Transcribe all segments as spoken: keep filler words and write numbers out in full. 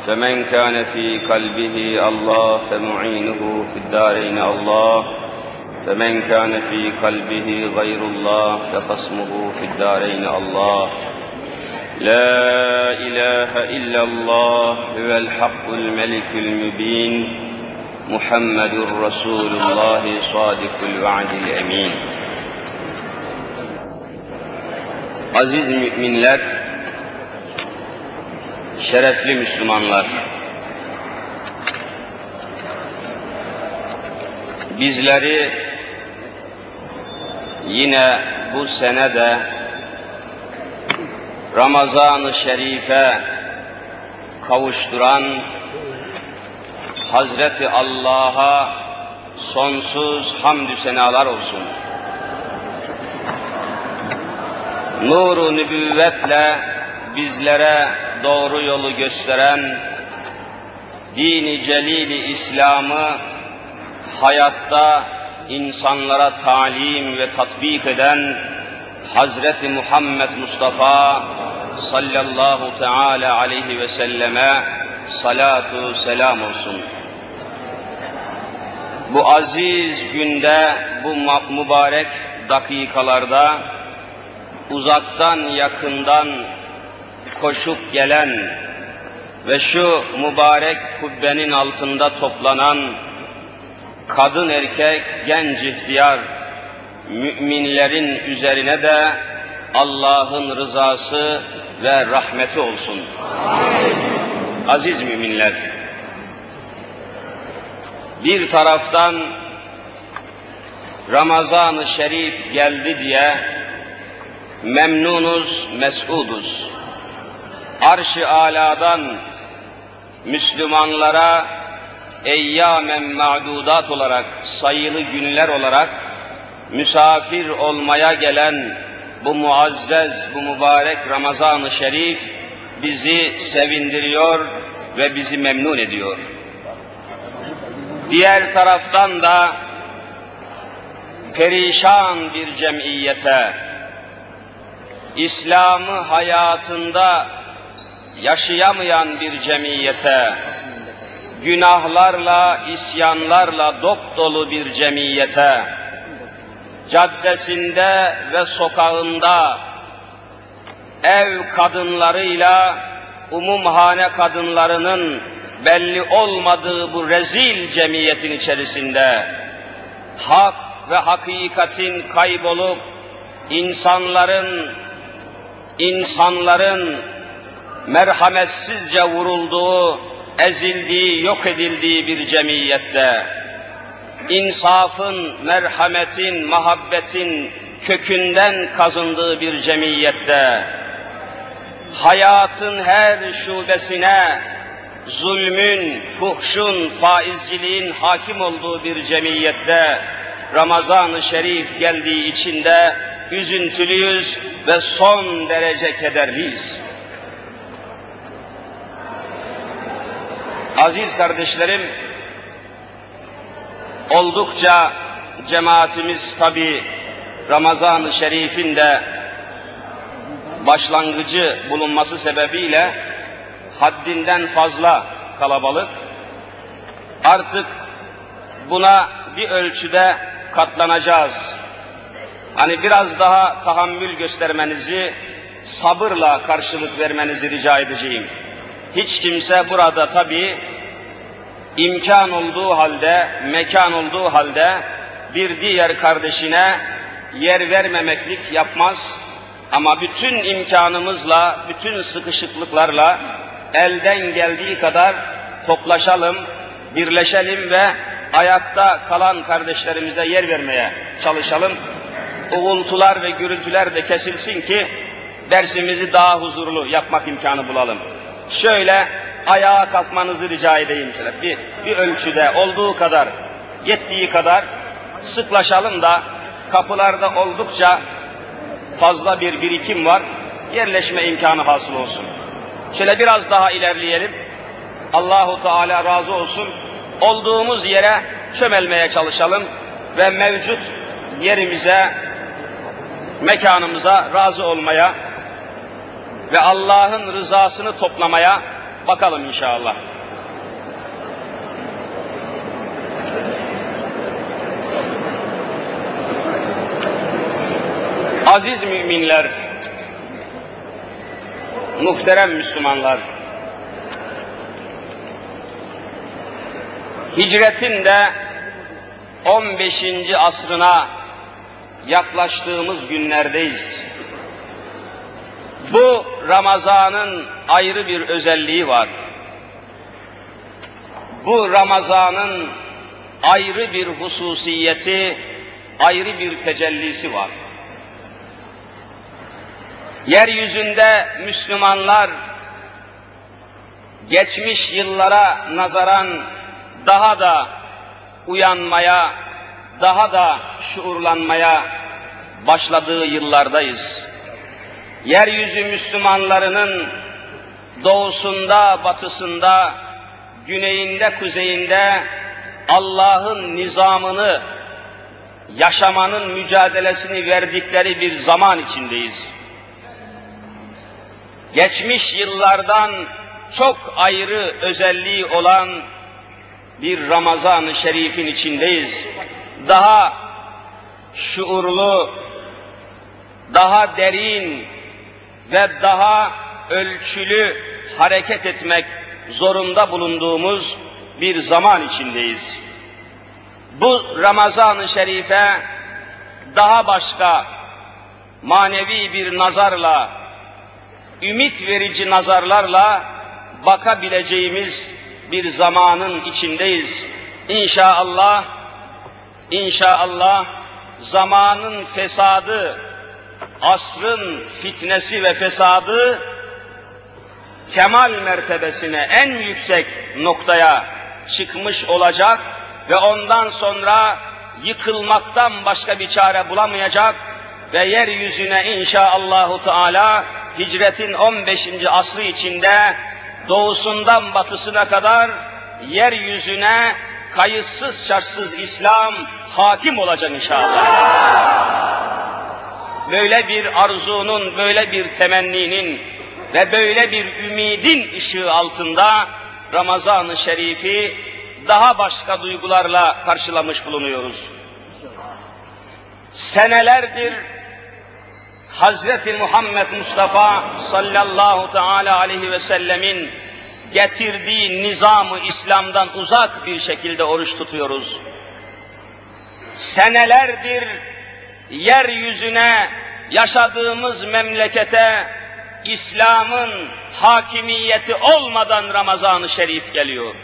فمن كان في قلبه الله فمعينه في الدارين الله فمن كان في قلبه غير الله فخصمه في الدارين الله لا إله إلا الله هو الحق الملك المبين محمد رسول الله صادق الوعد الأمين. Aziz müminler, şerefli Müslümanlar, bizleri yine bu senede Ramazan-ı Şerif'e kavuşturan Hazreti Allah'a sonsuz hamdü senalar olsun. Nur-u nübüvvetle bizlere doğru yolu gösteren din-i celil-i İslam'ı hayatta insanlara talim ve tatbik eden Hazreti Muhammed Mustafa sallallahu teala aleyhi ve selleme salatu selam olsun. Bu aziz günde, bu mübarek dakikalarda uzaktan yakından koşup gelen ve şu mübarek kubbenin altında toplanan kadın erkek, genç ihtiyar müminlerin üzerine de Allah'ın rızası ve rahmeti olsun. Amin. Aziz müminler, bir taraftan Ramazan-ı Şerif geldi diye memnunuz, mes'uduz. Arş-ı âlâdan Müslümanlara eyyâmen ma'dudat olarak, sayılı günler olarak misafir olmaya gelen bu muazzez, bu mübarek Ramazan-ı Şerif bizi sevindiriyor ve bizi memnun ediyor. Diğer taraftan da perişan bir cemiyete, İslam'ı hayatında yaşayamayan bir cemiyete, günahlarla, isyanlarla dopdolu bir cemiyete, caddesinde ve sokağında ev kadınlarıyla umumhane kadınlarının belli olmadığı bu rezil cemiyetin içerisinde hak ve hakikatin kaybolup insanların insanların merhametsizce vurulduğu, ezildiği, yok edildiği bir cemiyette, insafın, merhametin, muhabbetin kökünden kazındığı bir cemiyette, hayatın her şubesine zulmün, fuhşun, faizciliğin hakim olduğu bir cemiyette Ramazan-ı Şerif geldiği için de üzüntülüyüz ve son derece kederliyiz. Aziz kardeşlerim, oldukça cemaatimiz tabi Ramazan-ı Şerif'in de başlangıcı bulunması sebebiyle haddinden fazla kalabalık. Artık buna bir ölçüde katlanacağız. Hani biraz daha tahammül göstermenizi, sabırla karşılık vermenizi rica edeceğim. Hiç kimse burada tabii imkan olduğu halde, mekan olduğu halde bir diğer kardeşine yer vermemeklik yapmaz. Ama bütün imkanımızla, bütün sıkışıklıklarla elden geldiği kadar toplaşalım, birleşelim ve ayakta kalan kardeşlerimize yer vermeye çalışalım. Uğultular ve gürültüler de kesilsin ki dersimizi daha huzurlu yapmak imkanı bulalım. Şöyle ayağa kalkmanızı rica edeyim. Şöyle bir, bir ölçüde olduğu kadar, yettiği kadar sıklaşalım da kapılarda oldukça fazla bir birikim var. Yerleşme imkanı hasıl olsun. Şöyle biraz daha ilerleyelim. Allahu Teala razı olsun. Olduğumuz yere çömelmeye çalışalım ve mevcut yerimize, mekanımıza razı olmaya ve Allah'ın rızasını toplamaya Bakalım inşallah. Aziz müminler, muhterem Müslümanlar, hicretin de on beşinci asrına yaklaştığımız günlerdeyiz. Bu Ramazan'ın ayrı bir özelliği var. Bu Ramazan'ın ayrı bir hususiyeti, ayrı bir tecellisi var. Yeryüzünde Müslümanlar geçmiş yıllara nazaran daha da uyanmaya, daha da şuurlanmaya başladığı yıllardayız. Yeryüzü Müslümanlarının doğusunda, batısında, güneyinde, kuzeyinde Allah'ın nizamını yaşamanın mücadelesini verdikleri bir zaman içindeyiz. Geçmiş yıllardan çok ayrı özelliği olan bir Ramazan-ı Şerif'in içindeyiz. Daha şuurlu, daha derin ve daha ölçülü hareket etmek zorunda bulunduğumuz bir zaman içindeyiz. Bu Ramazan-ı Şerif'e daha başka manevi bir nazarla, ümit verici nazarlarla bakabileceğimiz bir zamanın içindeyiz. İnşallah, inşallah zamanın fesadı, asrın fitnesi ve fesadı kemal mertebesine, en yüksek noktaya çıkmış olacak ve ondan sonra yıkılmaktan başka bir çare bulamayacak ve yeryüzüne inşaallahu teala hicretin on beşinci asrı içinde doğusundan batısına kadar yeryüzüne kayıtsız şartsız İslam hakim olacak inşallah. Böyle bir arzunun, böyle bir temenninin ve böyle bir ümidin ışığı altında Ramazan-ı Şerif'i daha başka duygularla karşılamış bulunuyoruz. Senelerdir Hazreti Muhammed Mustafa sallallahu teala aleyhi ve sellemin getirdiği nizam-ı İslam'dan uzak bir şekilde oruç tutuyoruz. Senelerdir yeryüzüne, yaşadığımız memlekete İslam'ın hakimiyeti olmadan Ramazan-ı Şerif geliyor.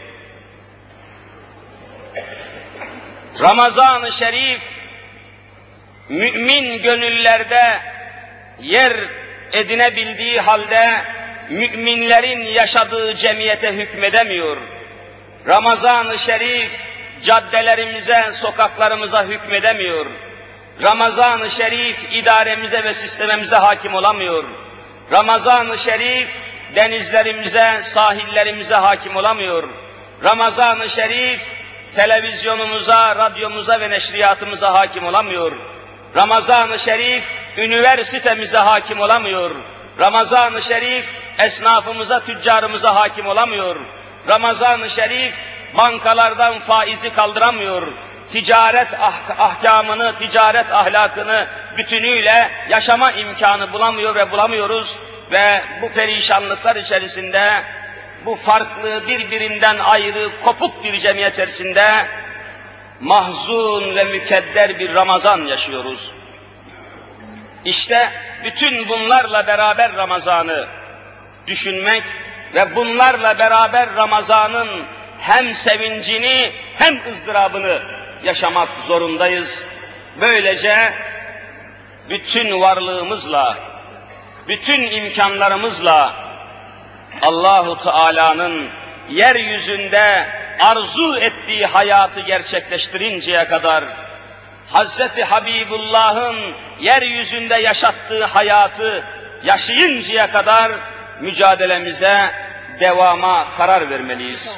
Ramazan-ı Şerif mümin gönüllerde yer edinebildiği halde müminlerin yaşadığı cemiyete hükmedemiyor. Ramazan-ı Şerif caddelerimize, sokaklarımıza hükmedemiyor. Ramazan-ı Şerif idaremize ve sistemimize hakim olamıyor. Ramazan-ı Şerif denizlerimize, sahillerimize hakim olamıyor. Ramazan-ı Şerif televizyonumuza, radyomuza ve neşriyatımıza hakim olamıyor. Ramazan-ı Şerif üniversitemize hakim olamıyor. Ramazan-ı Şerif esnafımıza, tüccarımıza hakim olamıyor. Ramazan-ı Şerif bankalardan faizi kaldıramıyor. Ticaret ah- ahkamını, ticaret ahlakını bütünüyle yaşama imkanı bulamıyor ve bulamıyoruz. Ve bu perişanlıklar içerisinde, bu farklı, birbirinden ayrı, kopuk bir cemiyet içerisinde mahzun ve mükedder bir Ramazan yaşıyoruz. İşte bütün bunlarla beraber Ramazan'ı düşünmek ve bunlarla beraber Ramazan'ın hem sevincini hem ızdırabını yaşamak zorundayız. Böylece bütün varlığımızla, bütün imkanlarımızla Allahu Teala'nın yeryüzünde arzu ettiği hayatı gerçekleştirinceye kadar, Hazreti Habibullah'ın yeryüzünde yaşattığı hayatı yaşayıncaya kadar mücadelemize, devama karar vermeliyiz.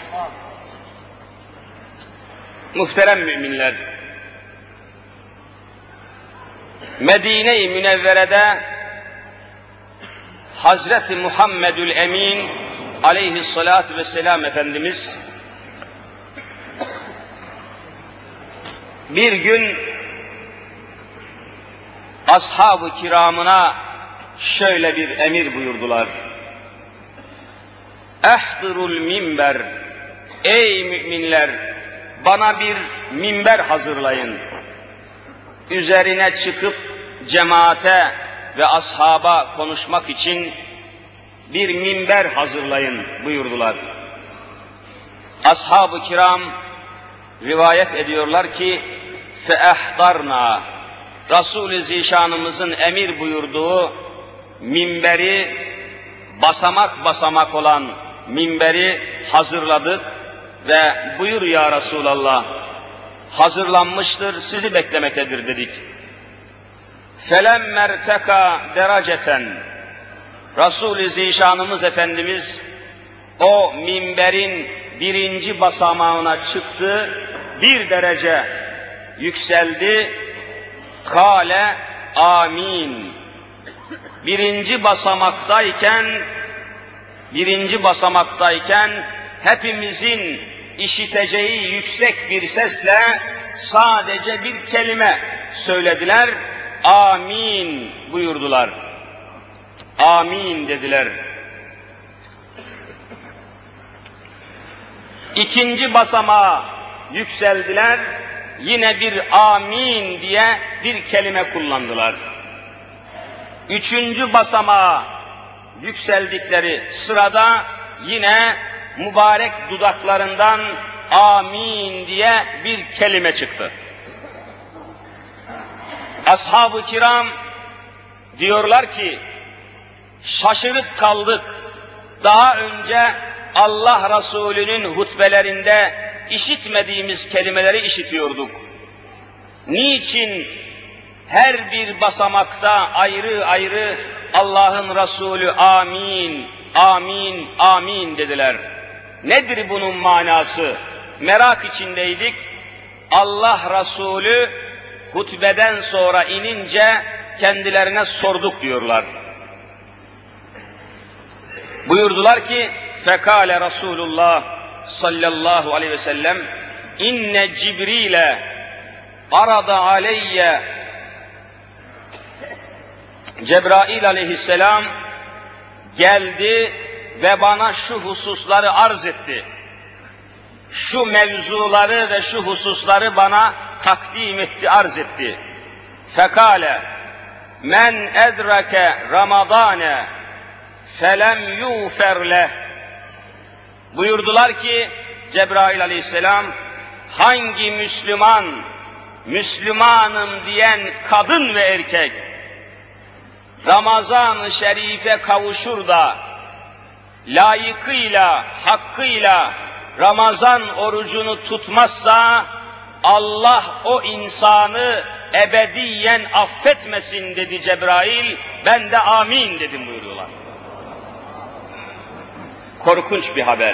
Muhterem müminler, Medine-i Münevvere'de Hazreti Muhammedül Emin aleyhissalatu vesselam Efendimiz bir gün ashab-ı kiramına şöyle bir emir buyurdular. Ehdırul minber, ey müminler, bana bir minber hazırlayın. Üzerine çıkıp cemaate ve ashaba konuşmak için bir minber hazırlayın buyurdular. Ashab-ı kiram rivayet ediyorlar ki feehdarna, Resul-i Zişanımızın emir buyurduğu minberi, basamak basamak olan minberi hazırladık ve buyur ya Resulallah, hazırlanmıştır, sizi beklemektedir dedik. فَلَمَّ ارْتَكَى dereceten, Resul-i Zişanımız Efendimiz o minberin birinci basamağına çıktı, bir derece yükseldi, kâle amin. Birinci basamaktayken, birinci basamaktayken hepimizin işiteceği yüksek bir sesle sadece bir kelime söylediler, amin buyurdular. Amin dediler. İkinci basamağa yükseldiler, yine bir amin diye bir kelime kullandılar. Üçüncü basamağa yükseldikleri sırada yine mübarek dudaklarından amin diye bir kelime çıktı. Ashab-ı kiram diyorlar ki, şaşırıp kaldık. Daha önce Allah Resulü'nün hutbelerinde işitmediğimiz kelimeleri işitiyorduk. Niçin her bir basamakta ayrı ayrı Allah'ın Resulü amin, amin, amin dediler? Nedir bunun manası? Merak içindeydik. Allah Resulü hutbeden sonra inince kendilerine sorduk diyorlar. Buyurdular ki, fekale Resulullah sallallahu aleyhi ve sellem, inne Cibril'e arada aleyye, Cebrail aleyhisselam geldi ve bana şu hususları arz etti. Şu mevzuları ve şu hususları bana takdim etti, arz etti. Fekale, men edrake Ramadane felem yufer leh. Buyurdular ki Cebrail aleyhisselam, hangi Müslüman, Müslümanım diyen kadın ve erkek Ramazan-ı Şerif'e kavuşur da layıkıyla, hakkıyla Ramazan orucunu tutmazsa Allah o insanı ebediyen affetmesin dedi Cebrail. Ben de amin dedim buyuruyorlar. Korkunç bir haber.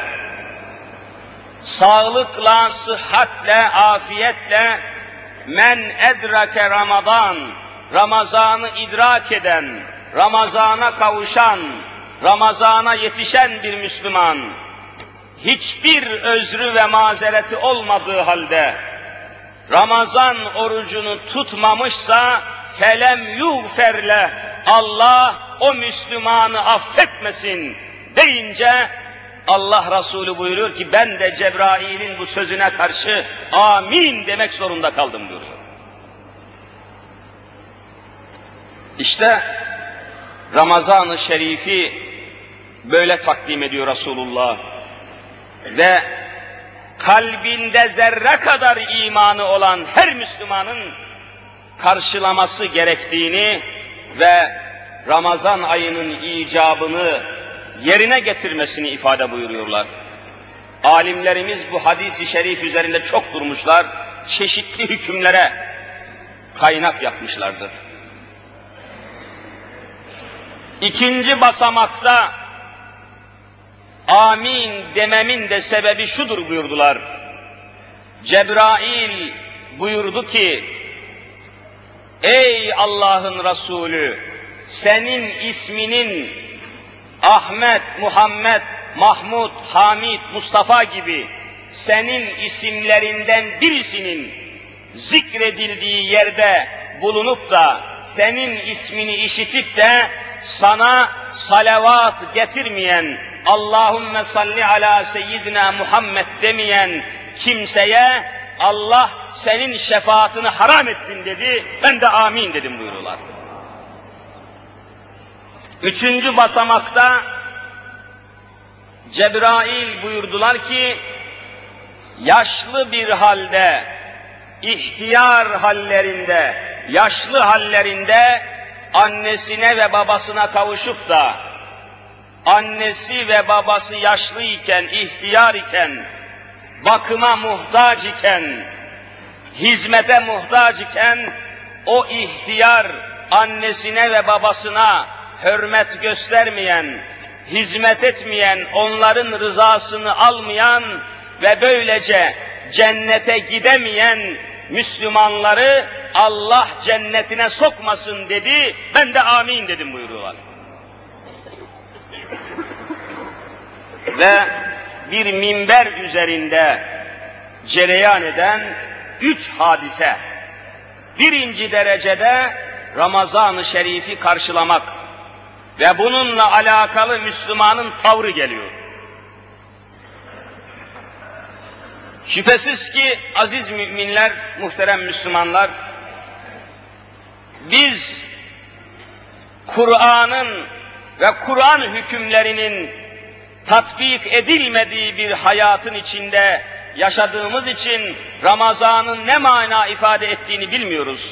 Sağlıkla, sıhhatle, afiyetle men edrake Ramazan, Ramazan'ı idrak eden, Ramazan'a kavuşan, Ramazan'a yetişen bir Müslüman, hiçbir özrü ve mazereti olmadığı halde Ramazan orucunu tutmamışsa felem yuğferle, Allah o Müslümanı affetmesin deyince Allah Resulü buyuruyor ki ben de Cebrail'in bu sözüne karşı amin demek zorunda kaldım buyuruyor. İşte Ramazan-ı Şerif'i böyle takdim ediyor Resulullah ve kalbinde zerre kadar imanı olan her Müslümanın karşılaması gerektiğini ve Ramazan ayının icabını yerine getirmesini ifade buyuruyorlar. Alimlerimiz bu hadis-i şerif üzerinde çok durmuşlar, çeşitli hükümlere kaynak yapmışlardır. İkinci basamakta amin dememin de sebebi şudur buyurdular. Cebrail buyurdu ki, ey Allah'ın Resulü, senin isminin Ahmet, Muhammed Mahmud, Hamid, Mustafa gibi senin isimlerinden birisinin zikredildiği yerde bulunup da senin ismini işitip de sana salavat getirmeyen, Allahümme salli ala seyyidina Muhammed demeyen kimseye Allah senin şefaatini haram etsin dedi, ben de amin dedim buyuruyorlar. Üçüncü basamakta Cebrail buyurdular ki, yaşlı bir halde, ihtiyar hallerinde, yaşlı hallerinde annesine ve babasına kavuşup da, annesi ve babası yaşlı iken, ihtiyar iken, bakıma muhtaç iken, hizmete muhtaç iken, o ihtiyar annesine ve babasına hürmet göstermeyen, hizmet etmeyen, onların rızasını almayan ve böylece cennete gidemeyen Müslümanları Allah cennetine sokmasın dedi, ben de amin dedim buyuruyorlar. Ve bir minber üzerinde cereyan eden üç hadise. Birinci derecede Ramazan-ı Şerif'i karşılamak ve bununla alakalı Müslümanın tavrı geliyor. Şüphesiz ki aziz müminler, muhterem Müslümanlar, biz Kur'an'ın ve Kur'an hükümlerinin tatbik edilmediği bir hayatın içinde yaşadığımız için Ramazan'ın ne mana ifade ettiğini bilmiyoruz.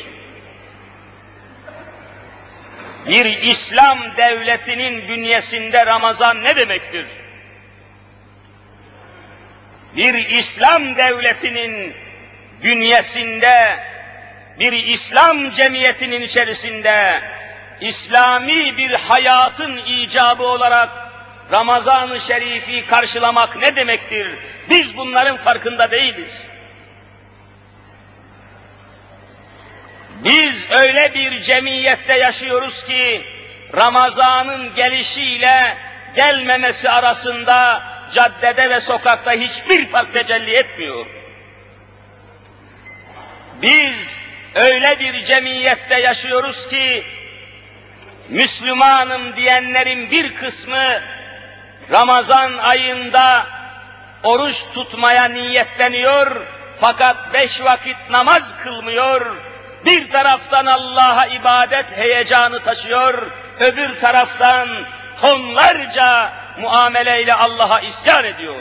Bir İslam devletinin bünyesinde Ramazan ne demektir? Bir İslam devletinin bünyesinde, bir İslam cemiyetinin içerisinde İslami bir hayatın icabı olarak Ramazan-ı Şerif'i karşılamak ne demektir? Biz bunların farkında değiliz. Biz öyle bir cemiyette yaşıyoruz ki Ramazan'ın gelişiyle gelmemesi arasında caddede ve sokakta hiçbir fark tecelli etmiyor. Biz öyle bir cemiyette yaşıyoruz ki Müslümanım diyenlerin bir kısmı Ramazan ayında oruç tutmaya niyetleniyor fakat beş vakit namaz kılmıyor. Bir taraftan Allah'a ibadet heyecanı taşıyor, öbür taraftan tonlarca muameleyle Allah'a isyan ediyor.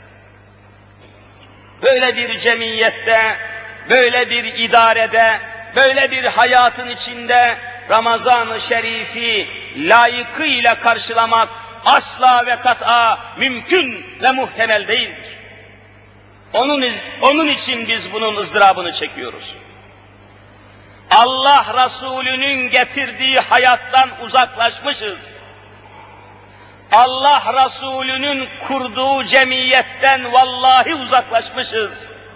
Böyle bir cemiyette, böyle bir idarede, böyle bir hayatın içinde Ramazan-ı Şerif'i layıkıyla karşılamak asla ve kat'a mümkün ve muhtemel değildir. Onun, onun için biz bunun ızdırabını çekiyoruz. Allah Resulü'nün getirdiği hayattan uzaklaşmışız. Allah Resulü'nün kurduğu cemiyetten vallahi uzaklaşmışız.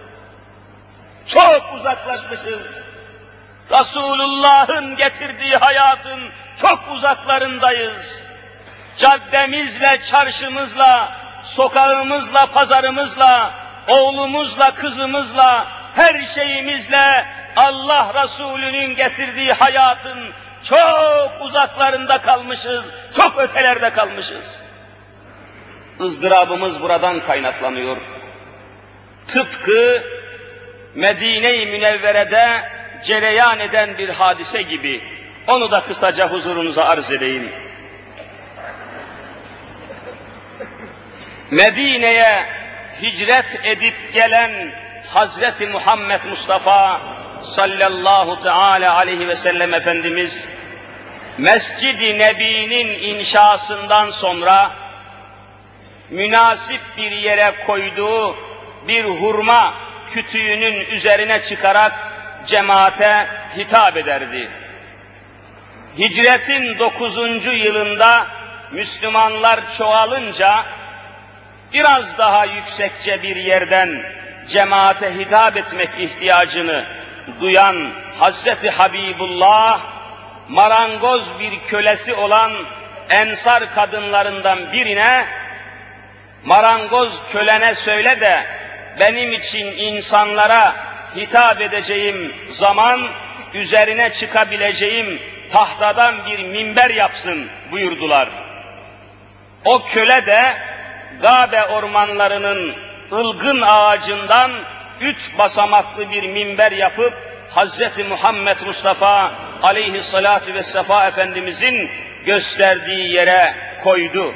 Çok uzaklaşmışız. Resulullah'ın getirdiği hayatın çok uzaklarındayız. Caddemizle, çarşımızla, sokağımızla, pazarımızla, oğlumuzla, kızımızla, her şeyimizle Allah Resulü'nün getirdiği hayatın çok uzaklarında kalmışız, çok ötelerde kalmışız. ızdırabımız buradan kaynaklanıyor. Tıpkı Medine-i Münevvere'de cereyan eden bir hadise gibi. Onu da kısaca huzurunuza arz edeyim. Medine'ye hicret edip gelen Hazreti Muhammed Mustafa sallallahu teala aleyhi ve sellem Efendimiz, Mescid-i Nebi'nin inşasından sonra münasip bir yere koyduğu bir hurma kütüğünün üzerine çıkarak cemaate hitap ederdi. Hicretin dokuzuncu yılında Müslümanlar çoğalınca biraz daha yüksekçe bir yerden cemaate hitap etmek ihtiyacını duyan Hazreti Habibullah, marangoz bir kölesi olan Ensar kadınlarından birine marangoz kölene söyle de benim için insanlara hitap edeceğim zaman üzerine çıkabileceğim tahtadan bir minber yapsın buyurdular. O köle de Gabe ormanlarının ılgın ağacından üç basamaklı bir minber yapıp Hazreti Muhammed Mustafa aleyhissalatu vessefa Efendimizin gösterdiği yere koydu.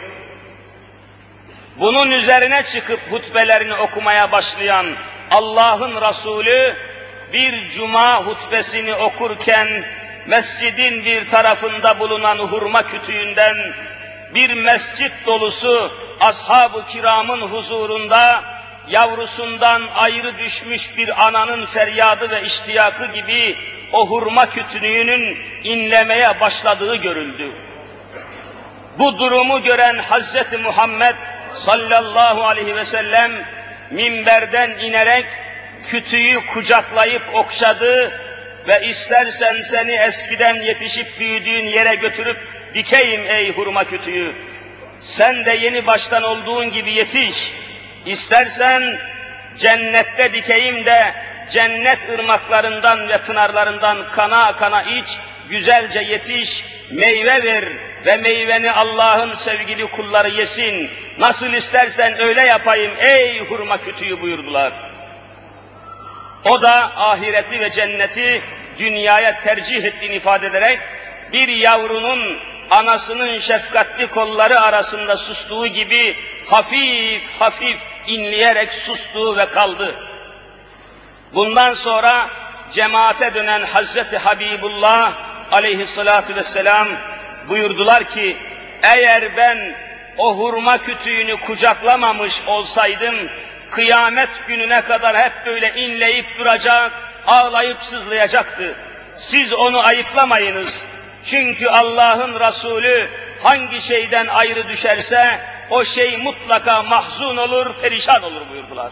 Bunun üzerine çıkıp hutbelerini okumaya başlayan Allah'ın Resulü bir cuma hutbesini okurken mescidin bir tarafında bulunan hurma kütüğünden bir mescit dolusu ashab-ı kiramın huzurunda yavrusundan ayrı düşmüş bir ananın feryadı ve iştiyakı gibi o hurma kütüğünün inlemeye başladığı görüldü. Bu durumu gören Hazreti Muhammed sallallahu aleyhi ve sellem minberden inerek kütüğü kucaklayıp okşadı ve istersen seni eskiden yetişip büyüdüğün yere götürüp dikeyim ey hurma kütüğü. Sen de yeni baştan olduğun gibi yetiş. İstersen cennette dikeyim de cennet ırmaklarından ve pınarlarından kana kana iç, güzelce yetiş, meyve ver ve meyveni Allah'ın sevgili kulları yesin. Nasıl istersen öyle yapayım ey hurma kütüğü buyurdular. O da ahireti ve cenneti dünyaya tercih ettiğini ifade ederek bir yavrunun anasının şefkatli kolları arasında sustuğu gibi hafif hafif inleyerek sustu ve kaldı. Bundan sonra cemaate dönen Hazreti Habibullah aleyhissalatu vesselam buyurdular ki, eğer ben o hurma kütüğünü kucaklamamış olsaydım, kıyamet gününe kadar hep böyle inleyip duracak, ağlayıp sızlayacaktı. Siz onu ayıplamayınız. Çünkü Allah'ın Resulü hangi şeyden ayrı düşerse o şey mutlaka mahzun olur, perişan olur buyurdular.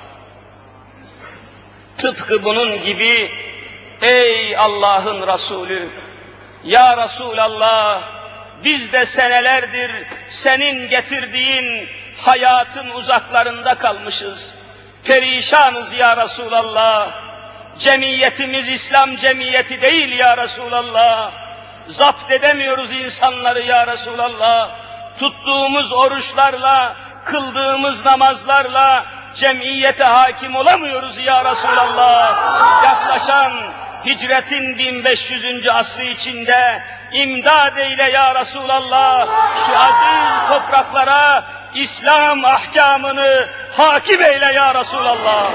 Tıpkı bunun gibi ey Allah'ın Resulü, ya Resulallah, biz de senelerdir senin getirdiğin hayatın uzaklarında kalmışız. Perişanız ya Resulallah. Cemiyetimiz İslam cemiyeti değil ya Resulallah. Zapt edemiyoruz insanları ya Resulallah. Tuttuğumuz oruçlarla, kıldığımız namazlarla cemiyete hakim olamıyoruz ya Resulallah. Yaklaşan hicretin bin beş yüzüncü asrı içinde imdad eyle ya Resulallah. Şu aziz topraklara İslam ahkamını hakim eyle ya Resulallah.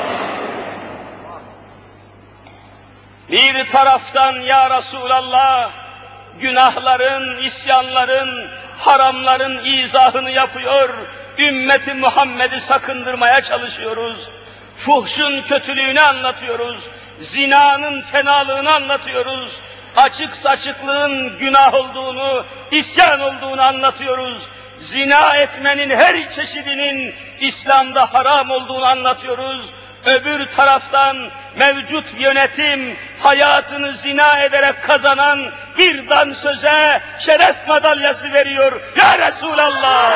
Bir taraftan ya Resulallah günahların, isyanların, haramların izahını yapıyor, ümmeti Muhammed'i sakındırmaya çalışıyoruz. Fuhşun kötülüğünü anlatıyoruz, zinanın fenalığını anlatıyoruz, açık saçıklığın günah olduğunu, isyan olduğunu anlatıyoruz. Zina etmenin her çeşidinin İslam'da haram olduğunu anlatıyoruz. Öbür taraftan mevcut yönetim hayatını zina ederek kazanan bir dansöze şeref madalyası veriyor. Ya Resulallah!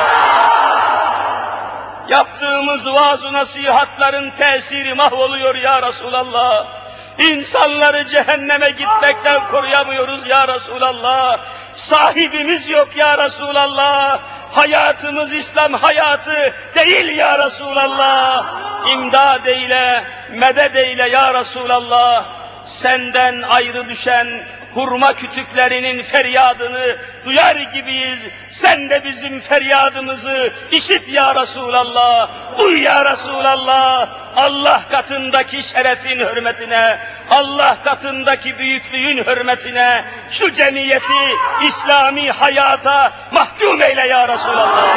Yaptığımız vaaz-ı nasihatların tesiri mahvoluyor ya Resulallah. İnsanları cehenneme gitmekten koruyamıyoruz ya Resulallah. Sahibimiz yok ya Resulallah. Hayatımız İslam hayatı değil ya Resulallah. İmdad eyle, medet eyle ya Resulallah. Senden ayrı düşen hurma kütüklerinin feryadını duyar gibiyiz. Sen de bizim feryadımızı işit ya Resulallah. Duy ya Resulallah. Allah katındaki şerefin hürmetine, Allah katındaki büyüklüğün hürmetine şu cemiyeti İslami hayata mahkum eyle ya Resulallah.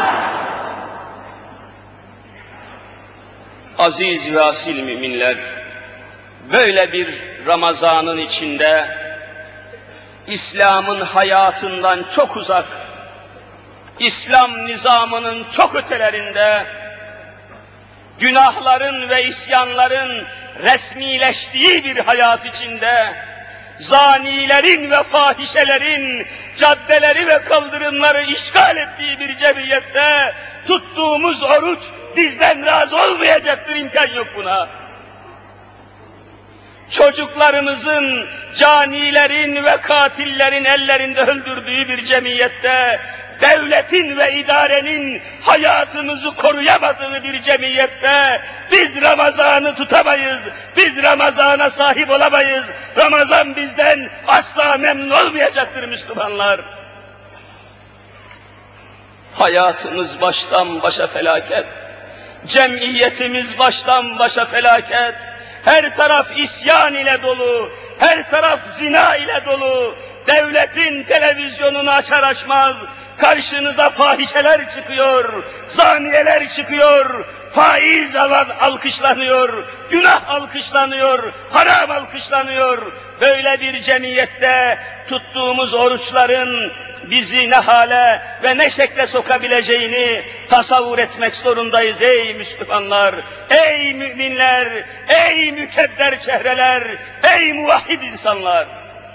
Aziz ve asil müminler, böyle bir Ramazan'ın içinde İslam'ın hayatından çok uzak, İslam nizamının çok ötelerinde, günahların ve isyanların resmileştiği bir hayat içinde, zanilerin ve fahişelerin caddeleri ve kaldırımları işgal ettiği bir cemiyette, tuttuğumuz oruç bizden razı olmayacaktır, imkan yok buna. Çocuklarımızın, canilerin ve katillerin ellerinde öldürdüğü bir cemiyette, devletin ve idarenin hayatımızı koruyamadığı bir cemiyette biz Ramazan'ı tutamayız, biz Ramazan'a sahip olamayız. Ramazan bizden asla memnun olmayacaktır Müslümanlar. Hayatımız baştan başa felaket, cemiyetimiz baştan başa felaket, her taraf isyan ile dolu, her taraf zina ile dolu. Devletin televizyonunu açar açmaz karşınıza fahişeler çıkıyor, zaniyeler çıkıyor, faiz alan alkışlanıyor, günah alkışlanıyor, haram alkışlanıyor. Böyle bir cemiyette tuttuğumuz oruçların bizi ne hale ve ne şekle sokabileceğini tasavvur etmek zorundayız ey Müslümanlar, ey müminler, ey mükedder çehreler, ey muvahhid insanlar.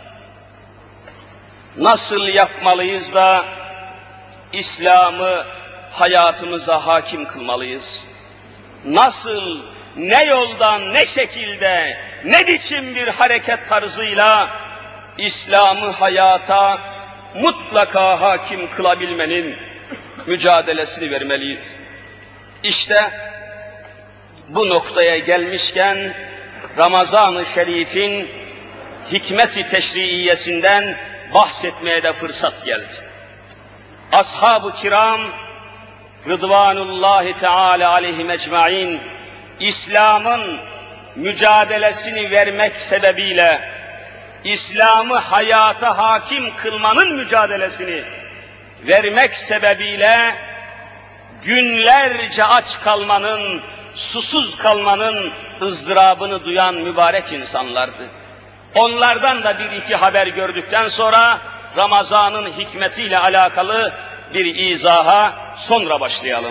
Nasıl yapmalıyız da İslam'ı hayatımıza hakim kılmalıyız? Nasıl, ne yoldan, ne şekilde, ne biçim bir hareket tarzıyla İslam'ı hayata mutlaka hakim kılabilmenin mücadelesini vermeliyiz? İşte bu noktaya gelmişken Ramazan-ı Şerif'in hikmet-i teşriiyesinden bahsetmeye de fırsat geldi. Ashab-ı kiram Rıdvanullahi Teala aleyhim ecmaîn İslam'ın mücadelesini vermek sebebiyle, İslam'ı hayata hakim kılmanın mücadelesini vermek sebebiyle günlerce aç kalmanın, susuz kalmanın ızdırabını duyan mübarek insanlardı. Onlardan da bir iki haber gördükten sonra Ramazan'ın hikmetiyle alakalı bir izaha sonra başlayalım.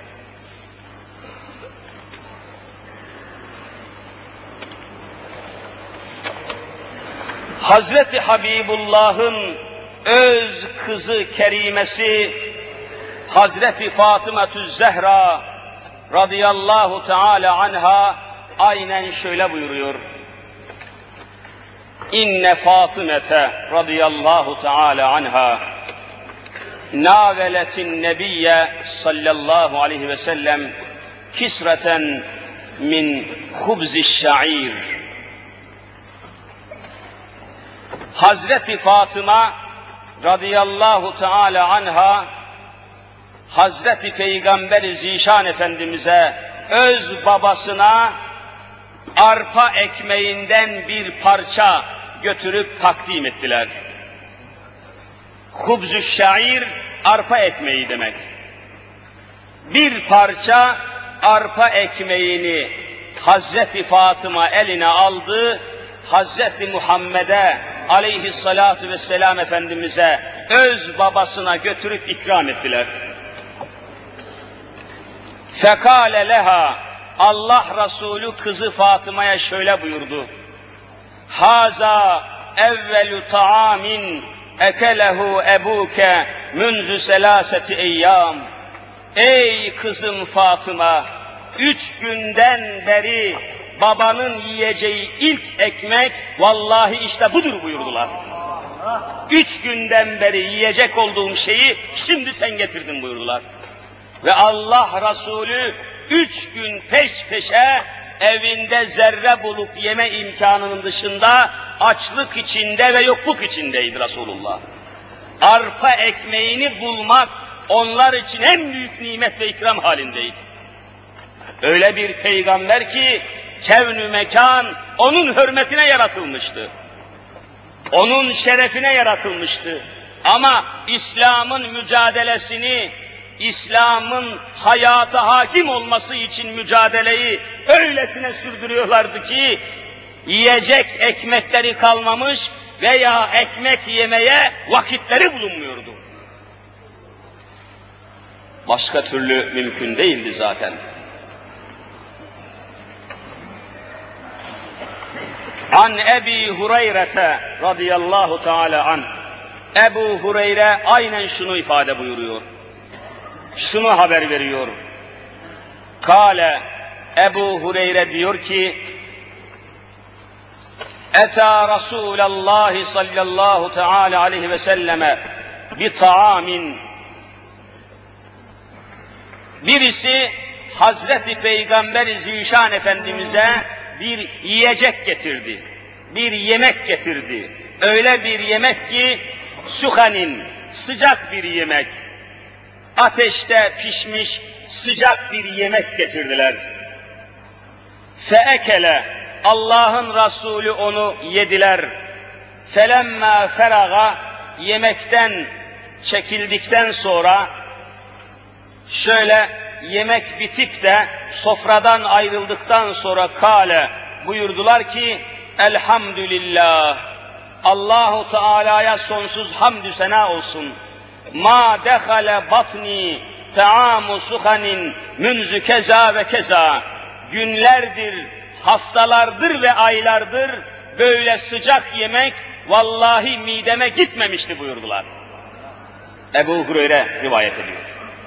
Hazreti Habibullah'ın öz kızı kerimesi Hazreti Fatıma-tü Zehra radıyallahu teala anha aynen şöyle buyuruyor. İnne Fatımete radıyallahu teala anha naveletin nebiyye sallallahu aleyhi ve sellem kisreten min hubziş şair. Hazreti Fatıma radıyallahu teala anha Hazreti Peygamber-i Zişan Efendimiz'e öz babasına arpa ekmeğinden bir parça götürüp takdim ettiler. Hubz-ü şair, arpa ekmeği demek. Bir parça arpa ekmeğini Hazreti Fatıma eline aldı, Hazreti Muhammed'e aleyhissalatu vesselam Efendimiz'e öz babasına götürüp ikram ettiler. Fekale leha, Allah Resulü kızı Fatıma'ya şöyle buyurdu. Haza evvelü taamin ekelehu ebuke münzü selaseti eyyam. Ey kızım Fatıma, üç günden beri babanın yiyeceği ilk ekmek vallahi işte budur buyurdular. Üç günden beri yiyecek olduğum şeyi şimdi sen getirdin buyurdular. Ve Allah Resulü üç gün peş peşe evinde zerre bulup yeme imkanının dışında açlık içinde ve yokluk içindeydi Resulullah. Arpa ekmeğini bulmak onlar için en büyük nimet ve ikram halindeydi. Öyle bir peygamber ki kevn-ü mekan onun hürmetine yaratılmıştı. Onun şerefine yaratılmıştı. Ama İslam'ın mücadelesini, İslam'ın hayata hakim olması için mücadeleyi öylesine sürdürüyorlardı ki yiyecek ekmekleri kalmamış veya ekmek yemeye vakitleri bulunmuyordu. Başka türlü mümkün değildi zaten. An Ebi Hureyre'te radıyallahu teala an. Ebu Hureyre aynen şunu ifade buyuruyor. şunu haber veriyor. Kale, Ebu Hureyre diyor ki, Eta Resulallah sallallahu teala aleyhi ve selleme bi taamin. Birisi Hazreti Peygamber-i Zişan Efendimiz'e bir yiyecek getirdi. Bir yemek getirdi. Öyle bir yemek ki suhanin, sıcak bir yemek. Ateşte pişmiş sıcak bir yemek getirdiler. Feekele, Allah'ın Resulü onu yediler. Felemmâ feraga, yemekten çekildikten sonra, şöyle yemek bitip de sofradan ayrıldıktan sonra kâle, buyurdular ki, Elhamdülillah, Allahu Teala'ya sonsuz hamdü sena olsun. Ma dehale batni taamu suhanin münzü keza ve keza. Günlerdir, haftalardır ve aylardır böyle sıcak yemek vallahi mideme gitmemişti buyurdular. Ebu Hureyre rivayet ediyor.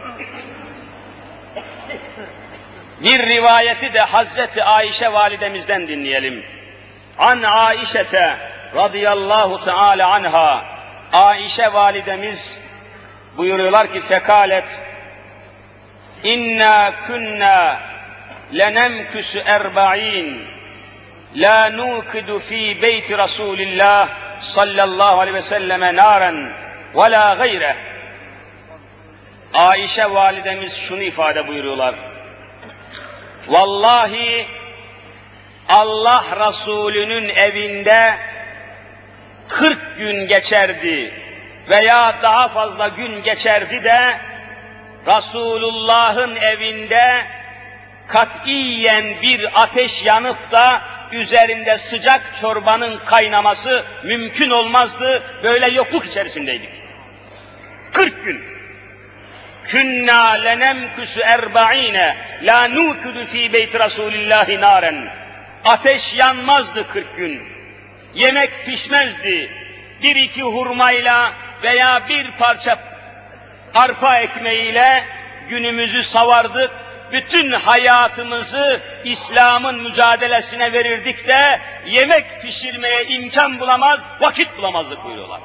Bir rivayeti de Hazreti Ayşe validemizden dinleyelim. An Aişete radıyallahu teala anha, Ayşe validemiz buyuruyorlar ki fekalet inna kunna lenemküsü erba'in la nukidu fi beyti Resulillah sallallahu aleyhi ve selleme naren ve la gayre. Ayşe validemiz şunu ifade buyuruyorlar. Vallahi Allah Resulü'nün evinde kırk gün geçerdi veya daha fazla gün geçerdi de Resulullah'ın evinde katiyen bir ateş yanıp da üzerinde sıcak çorbanın kaynaması mümkün olmazdı. Böyle yokluk içerisindeydik. kırk gün. Künna lenemküsü erba'ine la nukudu fi beyti Rasulillahi naren. Ateş yanmazdı kırk gün. Yemek pişmezdi. Bir iki hurmayla veya bir parça arpa ekmeğiyle günümüzü savardık. Bütün hayatımızı İslam'ın mücadelesine verirdik de yemek pişirmeye imkan bulamaz, vakit bulamazdık buyuruyorlar.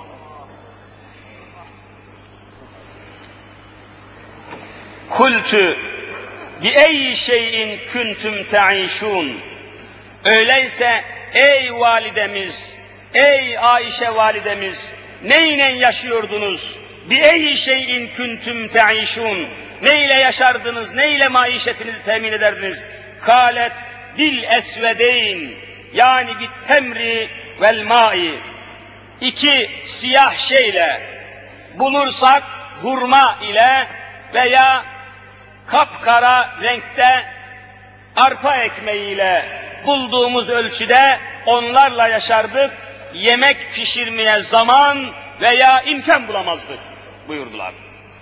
Kultu bi ey şeyin kuntum ta'işun. Öyleyse ey validemiz, ey Ayşe validemiz, neyle yaşıyordunuz? Bi ey şeyin kuntum ta'işun. Neyle yaşardınız, neyle maişetinizi temin ederdiniz? Kâlet bil esvedeyn, yani bit temri vel mai. İki siyah şeyle bulursak hurma ile veya kapkara renkte arpa ekmeğiyle bulduğumuz ölçüde onlarla yaşardık. Yemek pişirmeye zaman veya imkan bulamazdık buyurdular.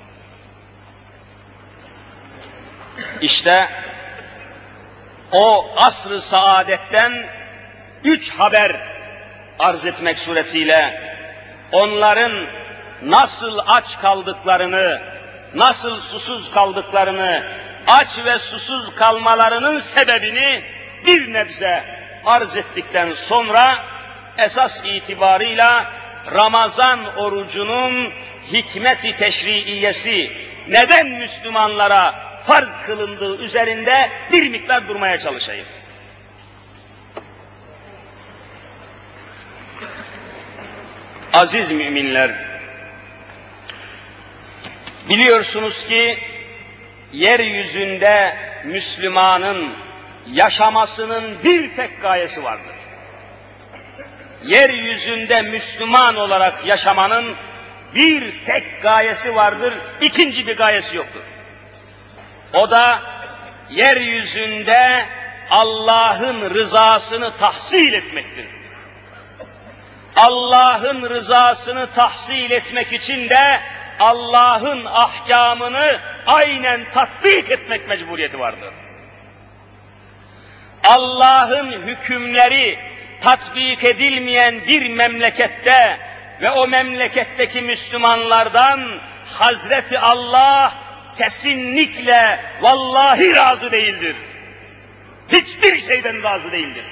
İşte o asr-ı saadetten üç haber arz etmek suretiyle onların nasıl aç kaldıklarını, nasıl susuz kaldıklarını, aç ve susuz kalmalarının sebebini bir nebze arz ettikten sonra esas itibarıyla Ramazan orucunun hikmet-i teşriiyesi, neden Müslümanlara farz kılındığı üzerinde bir miktar durmaya çalışayım. Aziz müminler, biliyorsunuz ki yeryüzünde Müslümanın yaşamasının bir tek gayesi vardır. Yeryüzünde Müslüman olarak yaşamanın bir tek gayesi vardır, ikinci bir gayesi yoktur. O da yeryüzünde Allah'ın rızasını tahsil etmektir. Allah'ın rızasını tahsil etmek için de Allah'ın ahkamını aynen tatbik etmek mecburiyeti vardır. Allah'ın hükümleri tatbik edilmeyen bir memlekette ve o memleketteki Müslümanlardan Hazreti Allah kesinlikle vallahi razı değildir. Hiçbir şeyden razı değildir.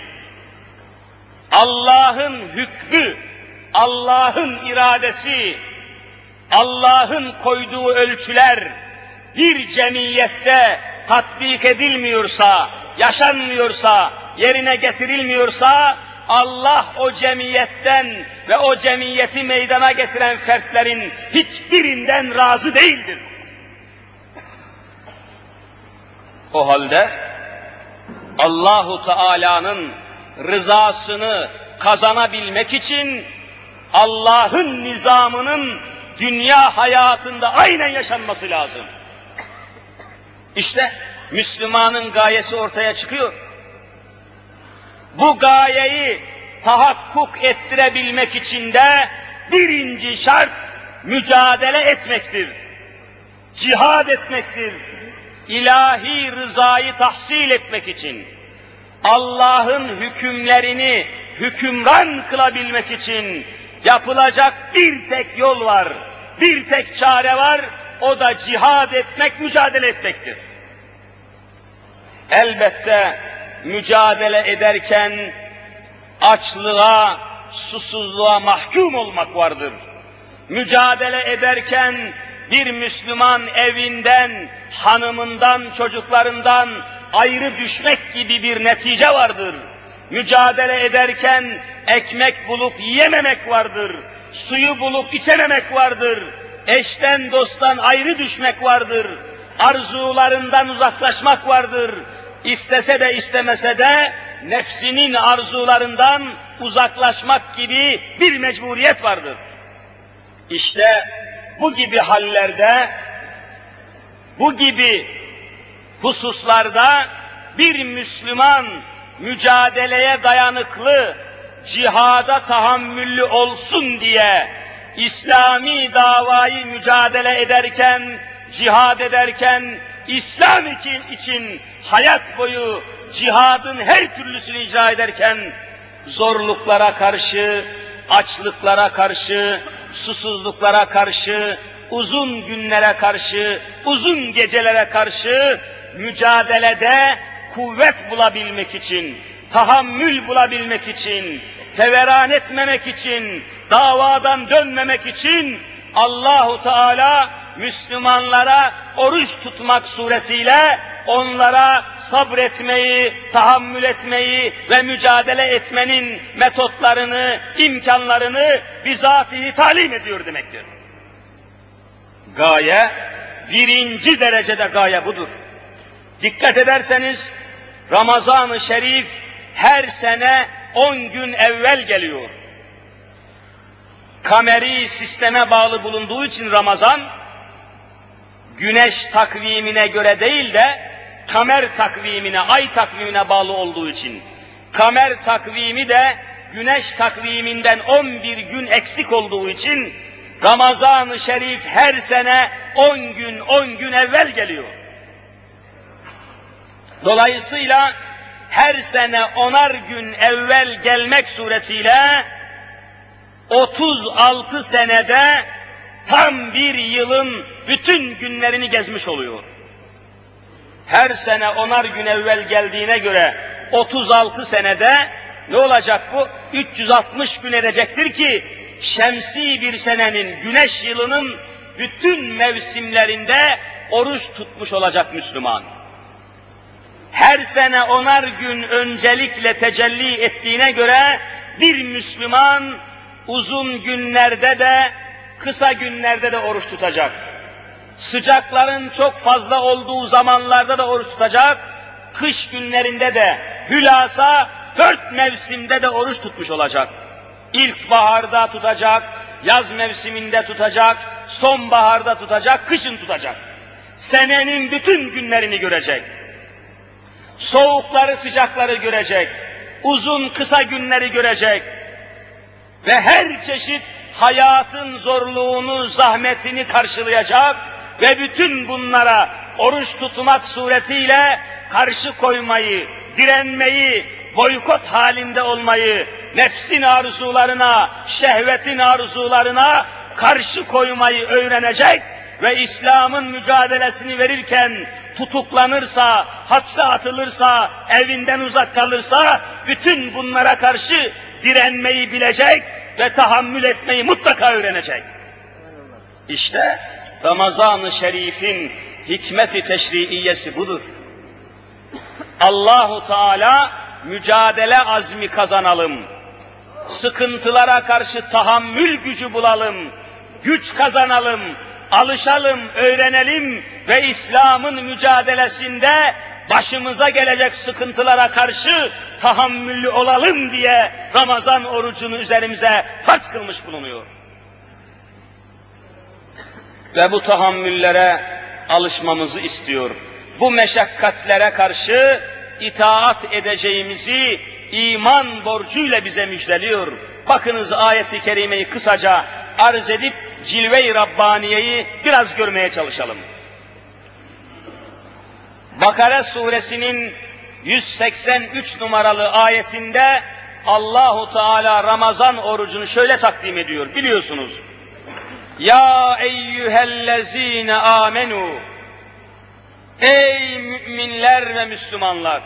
Allah'ın hükmü, Allah'ın iradesi, Allah'ın koyduğu ölçüler bir cemiyette tatbik edilmiyorsa, yaşanmıyorsa, yerine getirilmiyorsa, Allah o cemiyetten ve o cemiyeti meydana getiren fertlerin hiçbirinden razı değildir. O halde Allahu Teala'nın rızasını kazanabilmek için Allah'ın nizamının dünya hayatında aynen yaşanması lazım. İşte Müslümanın gayesi ortaya çıkıyor. Bu gayeyi tahakkuk ettirebilmek için de birinci şart mücadele etmektir. Cihad etmektir. İlahi rızayı tahsil etmek için, Allah'ın hükümlerini hükümran kılabilmek için yapılacak bir tek yol var, bir tek çare var, o da cihad etmek, mücadele etmektir. Elbette mücadele ederken açlığa, susuzluğa mahkum olmak vardır. Mücadele ederken bir Müslüman evinden, hanımından, çocuklarından ayrı düşmek gibi bir netice vardır. Mücadele ederken ekmek bulup yiyememek vardır. Suyu bulup içememek vardır. Eşten, dosttan ayrı düşmek vardır. Arzularından uzaklaşmak vardır. İstese de istemese de nefsinin arzularından uzaklaşmak gibi bir mecburiyet vardır. İşte bu gibi hallerde, bu gibi hususlarda bir Müslüman mücadeleye dayanıklı, cihada tahammüllü olsun diye İslami davayı mücadele ederken, cihad ederken, İslam için, için hayat boyu cihadın her türlüsünü icra ederken zorluklara karşı, açlıklara karşı, susuzluklara karşı, uzun günlere karşı, uzun gecelere karşı mücadelede kuvvet bulabilmek için, tahammül bulabilmek için, feveran etmemek için, davadan dönmemek için Allahu Teala Müslümanlara oruç tutmak suretiyle onlara sabretmeyi, tahammül etmeyi ve mücadele etmenin metotlarını, imkanlarını bizatihi talim ediyor demektir. Gaye, birinci derecede gaye budur. Dikkat ederseniz Ramazan-ı Şerif her sene on gün evvel geliyor. Kameri sisteme bağlı bulunduğu için Ramazan, güneş takvimine göre değil de kamer takvimine, ay takvimine bağlı olduğu için, kamer takvimi de güneş takviminden on bir gün eksik olduğu için Ramazan-ı Şerif her sene on gün, on gün evvel geliyor. Dolayısıyla her sene onar gün evvel gelmek suretiyle otuz altı senede tam bir yılın bütün günlerini gezmiş oluyor. Her sene onar gün evvel geldiğine göre otuz altı senede ne olacak bu? üç yüz altmış gün edecektir ki şemsi bir senenin, güneş yılının bütün mevsimlerinde oruç tutmuş olacak Müslüman. Her sene onar gün öncelikle tecelli ettiğine göre bir Müslüman uzun günlerde de, kısa günlerde de oruç tutacak. Sıcakların çok fazla olduğu zamanlarda da oruç tutacak, kış günlerinde de, hülasa dört mevsimde de oruç tutmuş olacak. İlkbaharda tutacak, yaz mevsiminde tutacak, sonbaharda tutacak, kışın tutacak. Senenin bütün günlerini görecek. Soğukları, sıcakları görecek. Uzun, kısa günleri görecek. Ve her çeşit hayatın zorluğunu, zahmetini karşılayacak ve bütün bunlara oruç tutmak suretiyle karşı koymayı, direnmeyi, boykot halinde olmayı, nefsin arzularına, şehvetin arzularına karşı koymayı öğrenecek ve İslam'ın mücadelesini verirken tutuklanırsa, hapse atılırsa, evinden uzak kalırsa, bütün bunlara karşı direnmeyi bilecek ve tahammül etmeyi mutlaka öğrenecek. İşte Ramazan-ı Şerif'in hikmet-i teşriiyesi budur. Allahu Teala mücadele azmi kazanalım, sıkıntılara karşı tahammül gücü bulalım, güç kazanalım, alışalım, öğrenelim ve İslam'ın mücadelesinde başımıza gelecek sıkıntılara karşı tahammüllü olalım diye Ramazan orucunu üzerimize farz kılmış bulunuyor. Ve bu tahammüllere alışmamızı istiyor. Bu meşakkatlere karşı itaat edeceğimizi iman borcuyla bize müjdeliyor. Bakınız ayet-i kerimeyi kısaca arz edip Cilve-i Rabbaniye'yi biraz görmeye çalışalım. Bakara suresinin yüz seksen üç numaralı ayetinde Allahu Teala Ramazan orucunu şöyle takdim ediyor, biliyorsunuz. Ya eyyühellezine amenu, ey müminler ve Müslümanlar,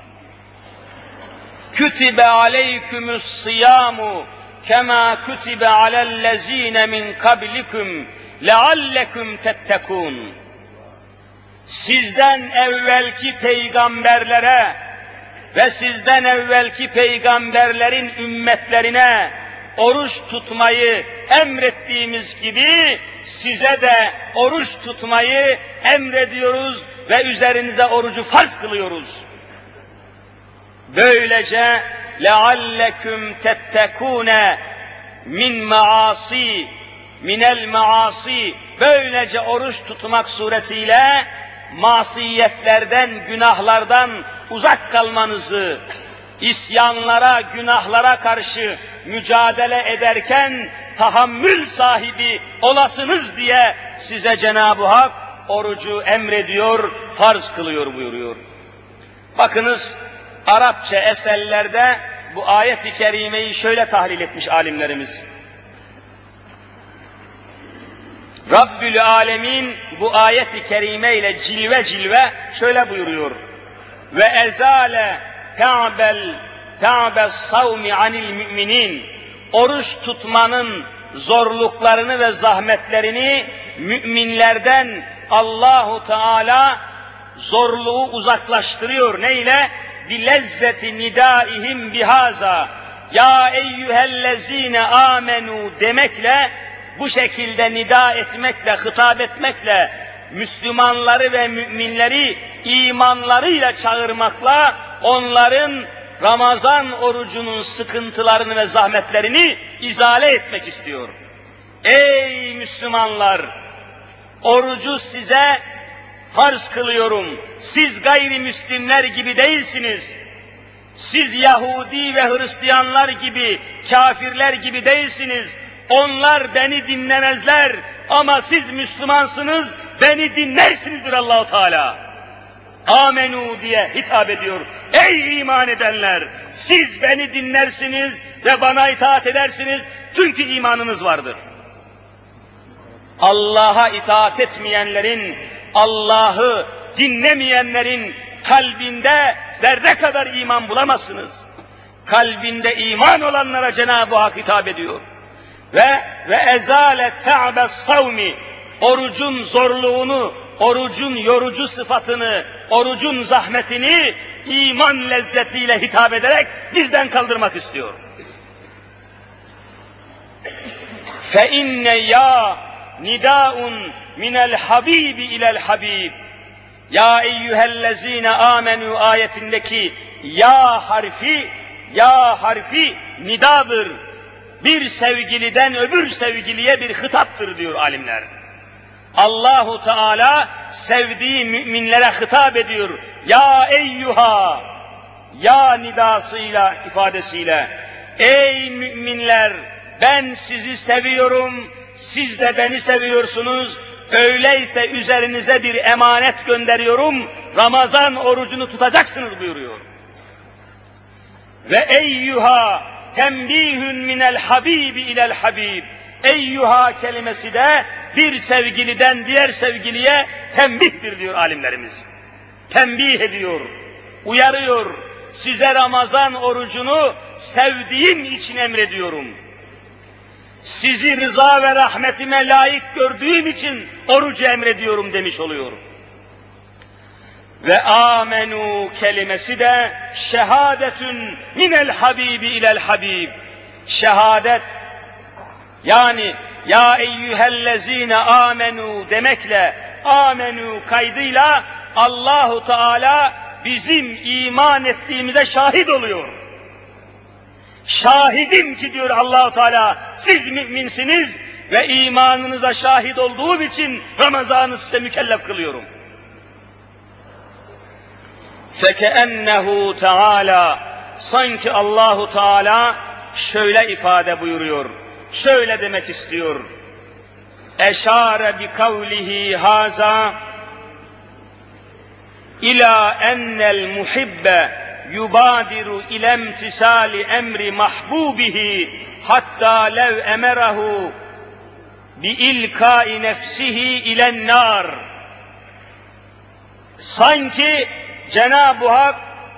kütibe aleykümüs siyamu kema kütibe alellezine min kablikum leallekum tettekûn. Sizden evvelki peygamberlere ve sizden evvelki peygamberlerin ümmetlerine oruç tutmayı emrettiğimiz gibi size de oruç tutmayı emrediyoruz ve üzerinize orucu farz kılıyoruz. Böylece lealleküm tettekûne min maasi minel maasi, böylece oruç tutmak suretiyle masiyetlerden, günahlardan uzak kalmanızı, isyanlara, günahlara karşı mücadele ederken tahammül sahibi olasınız diye size Cenab-ı Hak orucu emrediyor, farz kılıyor buyuruyor. Bakınız, Arapça eserlerde bu ayet-i kerimeyi şöyle tahlil etmiş alimlerimiz. Rabbül Alemin bu ayet-i kerime ile cilve cilve şöyle buyuruyor. Ve ezale ta'bel ta'bes savmi anil müminin, oruç tutmanın zorluklarını ve zahmetlerini müminlerden Allahu Teala zorluğu uzaklaştırıyor. Neyle? Bilezzeti nidaihim bihaza, ya eyyühellezine amenu demekle, bu şekilde nida etmekle, hitap etmekle, Müslümanları ve müminleri imanlarıyla çağırmakla, onların Ramazan orucunun sıkıntılarını ve zahmetlerini izale etmek istiyor. Ey Müslümanlar! Orucu size farz kılıyorum. Siz gayrimüslimler gibi değilsiniz. Siz Yahudi ve Hristiyanlar gibi, kafirler gibi değilsiniz. Onlar beni dinlemezler ama siz Müslümansınız, beni dinlersinizdir Allah-u Teala. Amenu diye hitap ediyor. Ey iman edenler! Siz beni dinlersiniz ve bana itaat edersiniz çünkü imanınız vardır. Allah'a itaat etmeyenlerin, Allah'ı dinlemeyenlerin kalbinde zerre kadar iman bulamazsınız. Kalbinde iman olanlara Cenab-ı Hak hitap ediyor. Ve ve ezale ta'bes savmi, orucun zorluğunu, orucun yorucu sıfatını, orucun zahmetini iman lezzetiyle hitap ederek bizden kaldırmak istiyor. Fe inne ya nidaun minel habibi ilel habib. Ya eyyühellezine amenu ayetindeki ya harfi, ya harfi nidadır. Bir sevgiliden öbür sevgiliye bir hitaptır diyor alimler. Allahu Teala sevdiği müminlere hitap ediyor. Ya eyyuha, ya nidasıyla, ifadesiyle. Ey müminler, ben sizi seviyorum, siz de beni seviyorsunuz. Öyleyse üzerinize bir emanet gönderiyorum, Ramazan orucunu tutacaksınız buyuruyor. Ve eyyuha tembihün minel habibi ilel habib. Eyyuha kelimesi de bir sevgiliden diğer sevgiliye tembihtir diyor alimlerimiz. Tembih ediyor, uyarıyor. Size Ramazan orucunu sevdiğim için emrediyorum. Sizi rıza ve rahmetime layık gördüğüm için orucu emrediyorum demiş oluyor. Ve amenu kelimesi de şehadetün minel habibi ilel habib. Şehadet yani ya eyyühellezine amenu demekle amenu kaydıyla Allahu Teala bizim iman ettiğimize şahit oluyor. Şahidim ki diyor Allahu Teala siz müminsiniz ve imanınıza şahit olduğum için Ramazan'ı size mükellef kılıyorum. Fekeennehu Teala sanki Allahu Teala şöyle ifade buyuruyor. Şöyle demek istiyor. Eşare bi kavlihi haza ila ennel muhibbe yubadiru ila imtisali emri mahbubihi hatta lev emerahu bi ilkai nefsihi ilen nar. Sanki Cenab-ı Hak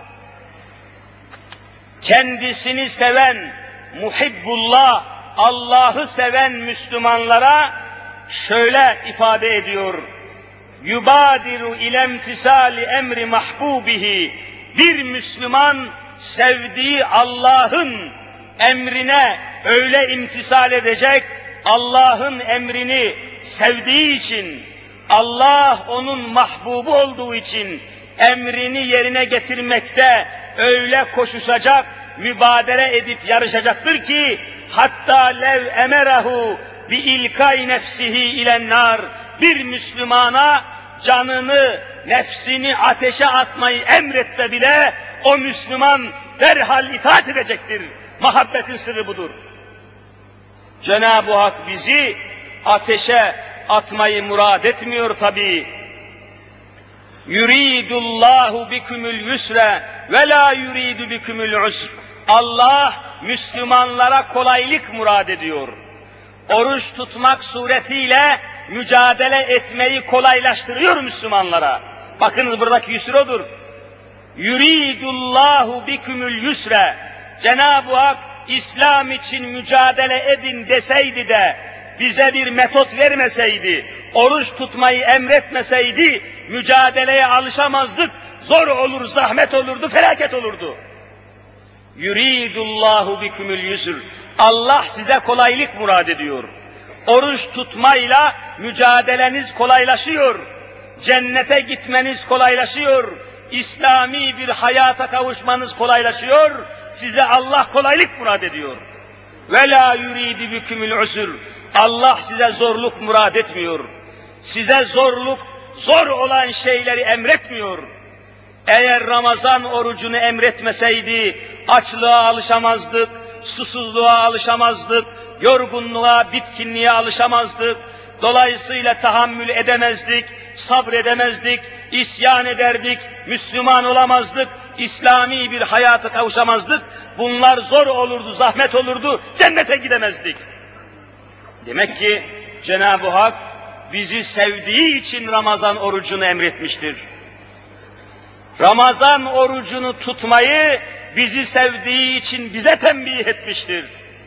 kendisini seven muhibbullah, Allah'ı seven Müslümanlara şöyle ifade ediyor. Yubadiru ile imtisali emri mahbubihi. Bir Müslüman sevdiği Allah'ın emrine öyle imtisal edecek, Allah'ın emrini sevdiği için, Allah onun mahbubu olduğu için emrini yerine getirmekte öyle koşuşacak, mübadele edip yarışacaktır ki hatta lev emerahu bi ilkai nefsihi ilen nar. Bir Müslümana canını, nefsini ateşe atmayı emretse bile o Müslüman derhal itaat edecektir. Muhabbetin sırrı budur. Cenab-ı Hak bizi ateşe atmayı murad etmiyor tabii. Yuridullahu bikumul yusra ve la yuridu bikumul usr. Allah Müslümanlara kolaylık murad ediyor. Oruç tutmak suretiyle mücadele etmeyi kolaylaştırıyor Müslümanlara. Bakınız buradaki yusr odur. Yuridullahu bikumul yusra. Cenab-ı Hak İslam için mücadele edin deseydi de bize bir metot vermeseydi, oruç tutmayı emretmeseydi mücadeleye alışamazdık, zor olur, zahmet olurdu, felaket olurdu. Yuridullahu bikumul yusr. Allah size kolaylık murad ediyor. Oruç tutmayla mücadeleniz kolaylaşıyor. Cennete gitmeniz kolaylaşıyor. İslami bir hayata kavuşmanız kolaylaşıyor. Size Allah kolaylık murad ediyor. Ve la yuridu bikumul usr. Allah size zorluk murad etmiyor. Size zorluk, zor olan şeyleri emretmiyor. Eğer Ramazan orucunu emretmeseydi açlığa alışamazdık, susuzluğa alışamazdık, yorgunluğa, bitkinliğe alışamazdık. Dolayısıyla tahammül edemezdik, sabredemezdik, isyan ederdik, Müslüman olamazdık, İslami bir hayata kavuşamazdık. Bunlar zor olurdu, zahmet olurdu, cennete gidemezdik. Demek ki Cenab-ı Hak bizi sevdiği için Ramazan orucunu emretmiştir. Ramazan orucunu tutmayı bizi sevdiği için bize tembih etmiştir.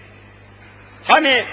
Hani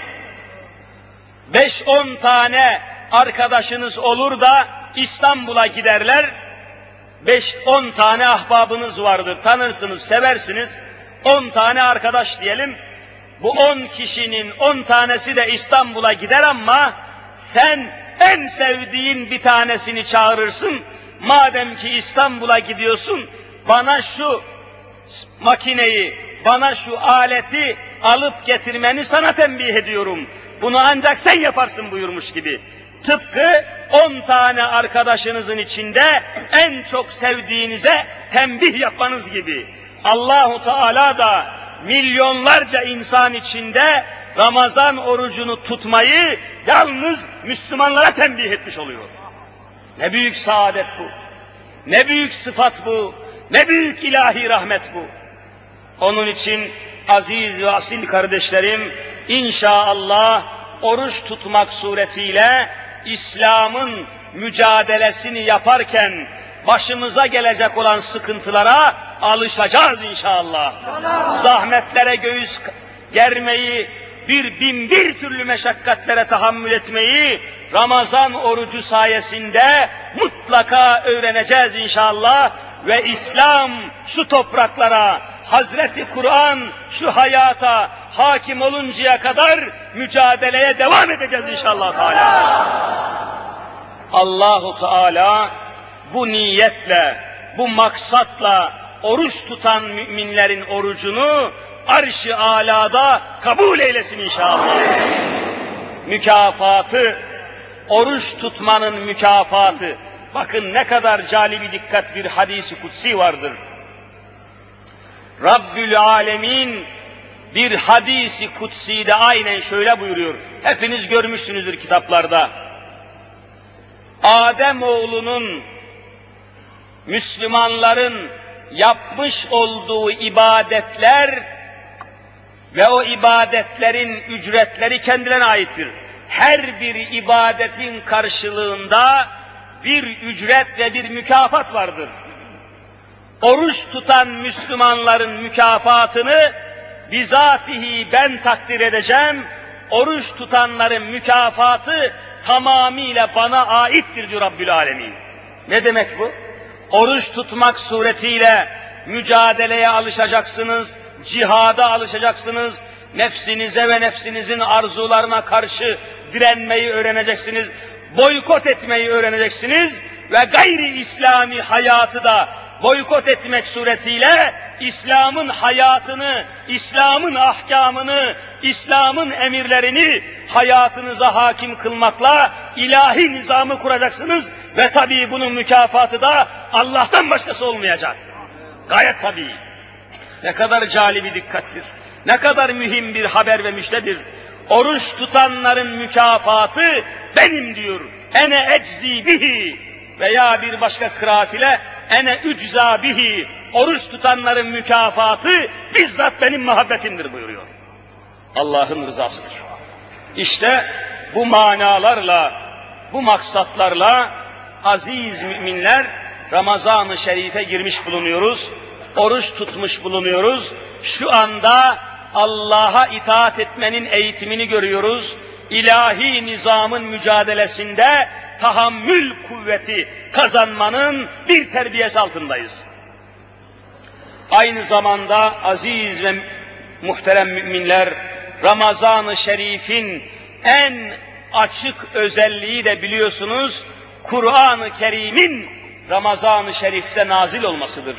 beş on tane arkadaşınız olur da İstanbul'a giderler, beş on tane ahbabınız vardır, tanırsınız, seversiniz, on tane arkadaş diyelim, bu on kişinin on tanesi de İstanbul'a gider ama sen en sevdiğin bir tanesini çağırırsın, madem ki İstanbul'a gidiyorsun, bana şu makineyi, bana şu aleti alıp getirmeni sana tembih ediyorum. Bunu ancak sen yaparsın buyurmuş gibi. Tıpkı on tane arkadaşınızın içinde en çok sevdiğinize tembih yapmanız gibi. Allahu Teala da milyonlarca insan içinde Ramazan orucunu tutmayı yalnız Müslümanlara tembih etmiş oluyor. Ne büyük saadet bu, ne büyük sıfat bu, ne büyük ilahi rahmet bu. Onun için aziz ve asil kardeşlerim, inşallah oruç tutmak suretiyle İslam'ın mücadelesini yaparken başımıza gelecek olan sıkıntılara alışacağız inşallah. Zahmetlere göğüs germeyi, bir bin bir türlü meşakkatlere tahammül etmeyi Ramazan orucu sayesinde mutlaka öğreneceğiz inşallah ve İslam şu topraklara, Hazreti Kur'an şu hayata hakim oluncaya kadar mücadeleye devam edeceğiz inşallah Teala. Allahu Teala bu niyetle, bu maksatla oruç tutan müminlerin orucunu arş-ı alada kabul eylesin inşallah. Mükafatı, oruç tutmanın mükafatı. Bakın ne kadar calibi dikkat bir hadis-i kutsi vardır. Rabbül Alemin bir hadis-i kutsi'de aynen şöyle buyuruyor. Hepiniz görmüşsünüzdür kitaplarda. Ademoğlunun, Müslümanların yapmış olduğu ibadetler ve o ibadetlerin ücretleri kendilerine aittir. Her bir ibadetin karşılığında bir ücret ve bir mükafat vardır. Oruç tutan Müslümanların mükafatını bizatihi ben takdir edeceğim. Oruç tutanların mükafatı tamamıyla bana aittir diyor Rabbül Alemin. Ne demek bu? Oruç tutmak suretiyle mücadeleye alışacaksınız, cihada alışacaksınız, nefsinize ve nefsinizin arzularına karşı direnmeyi öğreneceksiniz, boykot etmeyi öğreneceksiniz ve gayri İslami hayatı da boykot etmek suretiyle İslam'ın hayatını, İslam'ın ahkamını, İslam'ın emirlerini hayatınıza hakim kılmakla ilahi nizamı kuracaksınız ve tabii bunun mükafatı da Allah'tan başkası olmayacak. Gayet tabii. Ne kadar calibi dikkattir. Ne kadar mühim bir haber ve müjdedir. Oruç tutanların mükafatı benim diyor. Ene eczi bihi veya bir başka kıraat ile ene ücza bihi. Oruç tutanların mükafatı bizzat benim muhabbetimdir buyuruyor. Allah'ın rızasıdır. İşte bu manalarla, bu maksatlarla aziz müminler Ramazan-ı Şerif'e girmiş bulunuyoruz. Oruç tutmuş bulunuyoruz. Şu anda Allah'a itaat etmenin eğitimini görüyoruz. İlahi nizamın mücadelesinde tahammül kuvveti kazanmanın bir terbiyesi altındayız. Aynı zamanda aziz ve muhterem müminler, Ramazan-ı Şerif'in en açık özelliği de biliyorsunuz, Kur'an-ı Kerim'in Ramazan-ı Şerif'te nazil olmasıdır.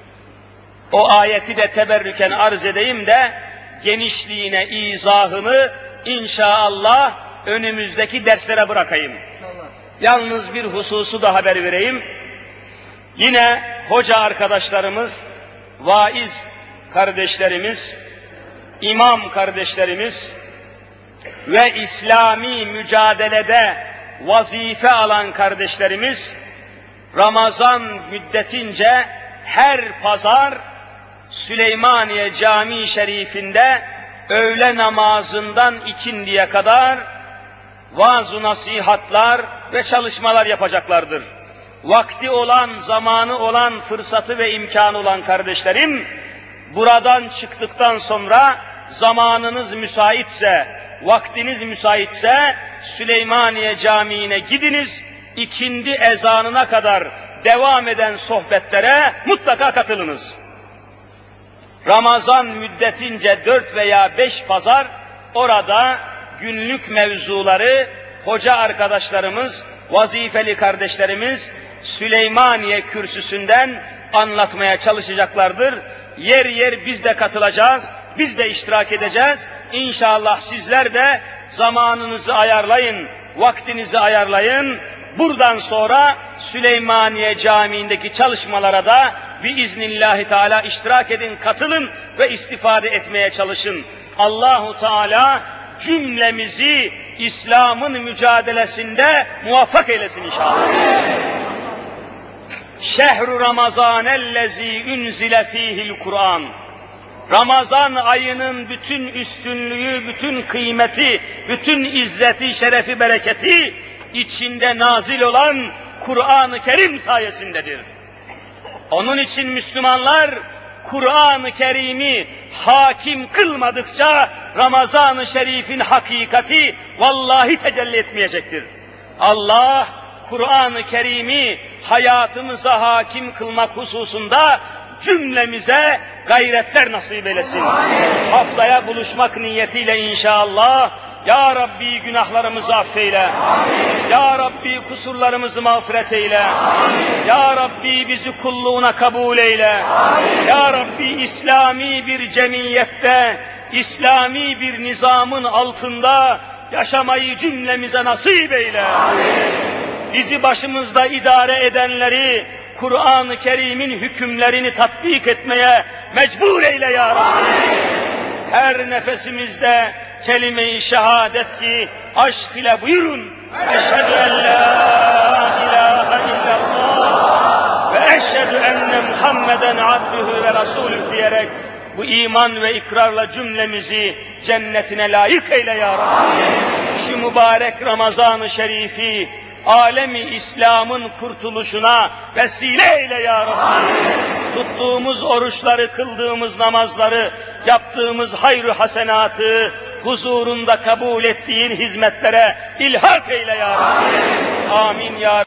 O ayeti de teberrüken arz edeyim de, genişliğine izahını inşallah önümüzdeki derslere bırakayım. Yalnız bir hususu da haber vereyim. Yine hoca arkadaşlarımız, vaiz kardeşlerimiz, imam kardeşlerimiz ve İslami mücadelede vazife alan kardeşlerimiz, Ramazan müddetince her pazar Süleymaniye Camii Şerifinde öğle namazından ikindiye kadar vaaz-ı nasihatlar ve çalışmalar yapacaklardır. Vakti olan, zamanı olan, fırsatı ve imkanı olan kardeşlerim, buradan çıktıktan sonra zamanınız müsaitse, vaktiniz müsaitse Süleymaniye Camii'ne gidiniz, ikindi ezanına kadar devam eden sohbetlere mutlaka katılınız. Ramazan müddetince dört veya beş pazar orada günlük mevzuları hoca arkadaşlarımız, vazifeli kardeşlerimiz Süleymaniye kürsüsünden anlatmaya çalışacaklardır. Yer yer biz de katılacağız, biz de iştirak edeceğiz. İnşallah sizler de zamanınızı ayarlayın, vaktinizi ayarlayın. Buradan sonra Süleymaniye Camii'ndeki çalışmalara da biiznillahü teala iştirak edin, katılın ve istifade etmeye çalışın. Allahu Teala cümlemizi İslam'ın mücadelesinde muvaffak eylesin inşallah. Şehru Ramazanellezî unzile fîhil Kur'an. Ramazan ayının bütün üstünlüğü, bütün kıymeti, bütün izzeti, şerefi, bereketi içinde nazil olan Kur'an-ı Kerim sayesindedir. Onun için Müslümanlar Kur'an-ı Kerim'i hakim kılmadıkça Ramazan-ı Şerif'in hakikati vallahi tecelli etmeyecektir. Allah Kur'an-ı Kerim'i hayatımıza hakim kılmak hususunda cümlemize gayretler nasip eylesin. Amin. Haftaya buluşmak niyetiyle inşallah Ya Rabbi günahlarımızı affeyle. Amin. Ya Rabbi kusurlarımızı mağfiret eyle. Amin. Ya Rabbi bizi kulluğuna kabul eyle. Amin. Ya Rabbi İslami bir cemiyette, İslami bir nizamın altında yaşamayı cümlemize nasip eyle. Amin. Bizi başımızda idare edenleri Kur'an-ı Kerim'in hükümlerini tatbik etmeye mecbur eyle ya Rabbi. Her nefesimizde kelime-i şehadet ki aşk ile buyurun. Eşhedü en la ilahe illallah ve eşhedü enne Muhammeden abdühü ve rasulü diyerek bu iman ve ikrarla cümlemizi cennetine layık eyle ya Rabbi. Şu mübarek Ramazan-ı Şerif'i alemi İslam'ın kurtuluşuna vesile eyle ya Rabbi. Tuttuğumuz oruçları, kıldığımız namazları, yaptığımız hayr-ı hasenatı huzurunda kabul ettiğin hizmetlere ilhak eyle ya Rabbi. Amin ya Rabbi.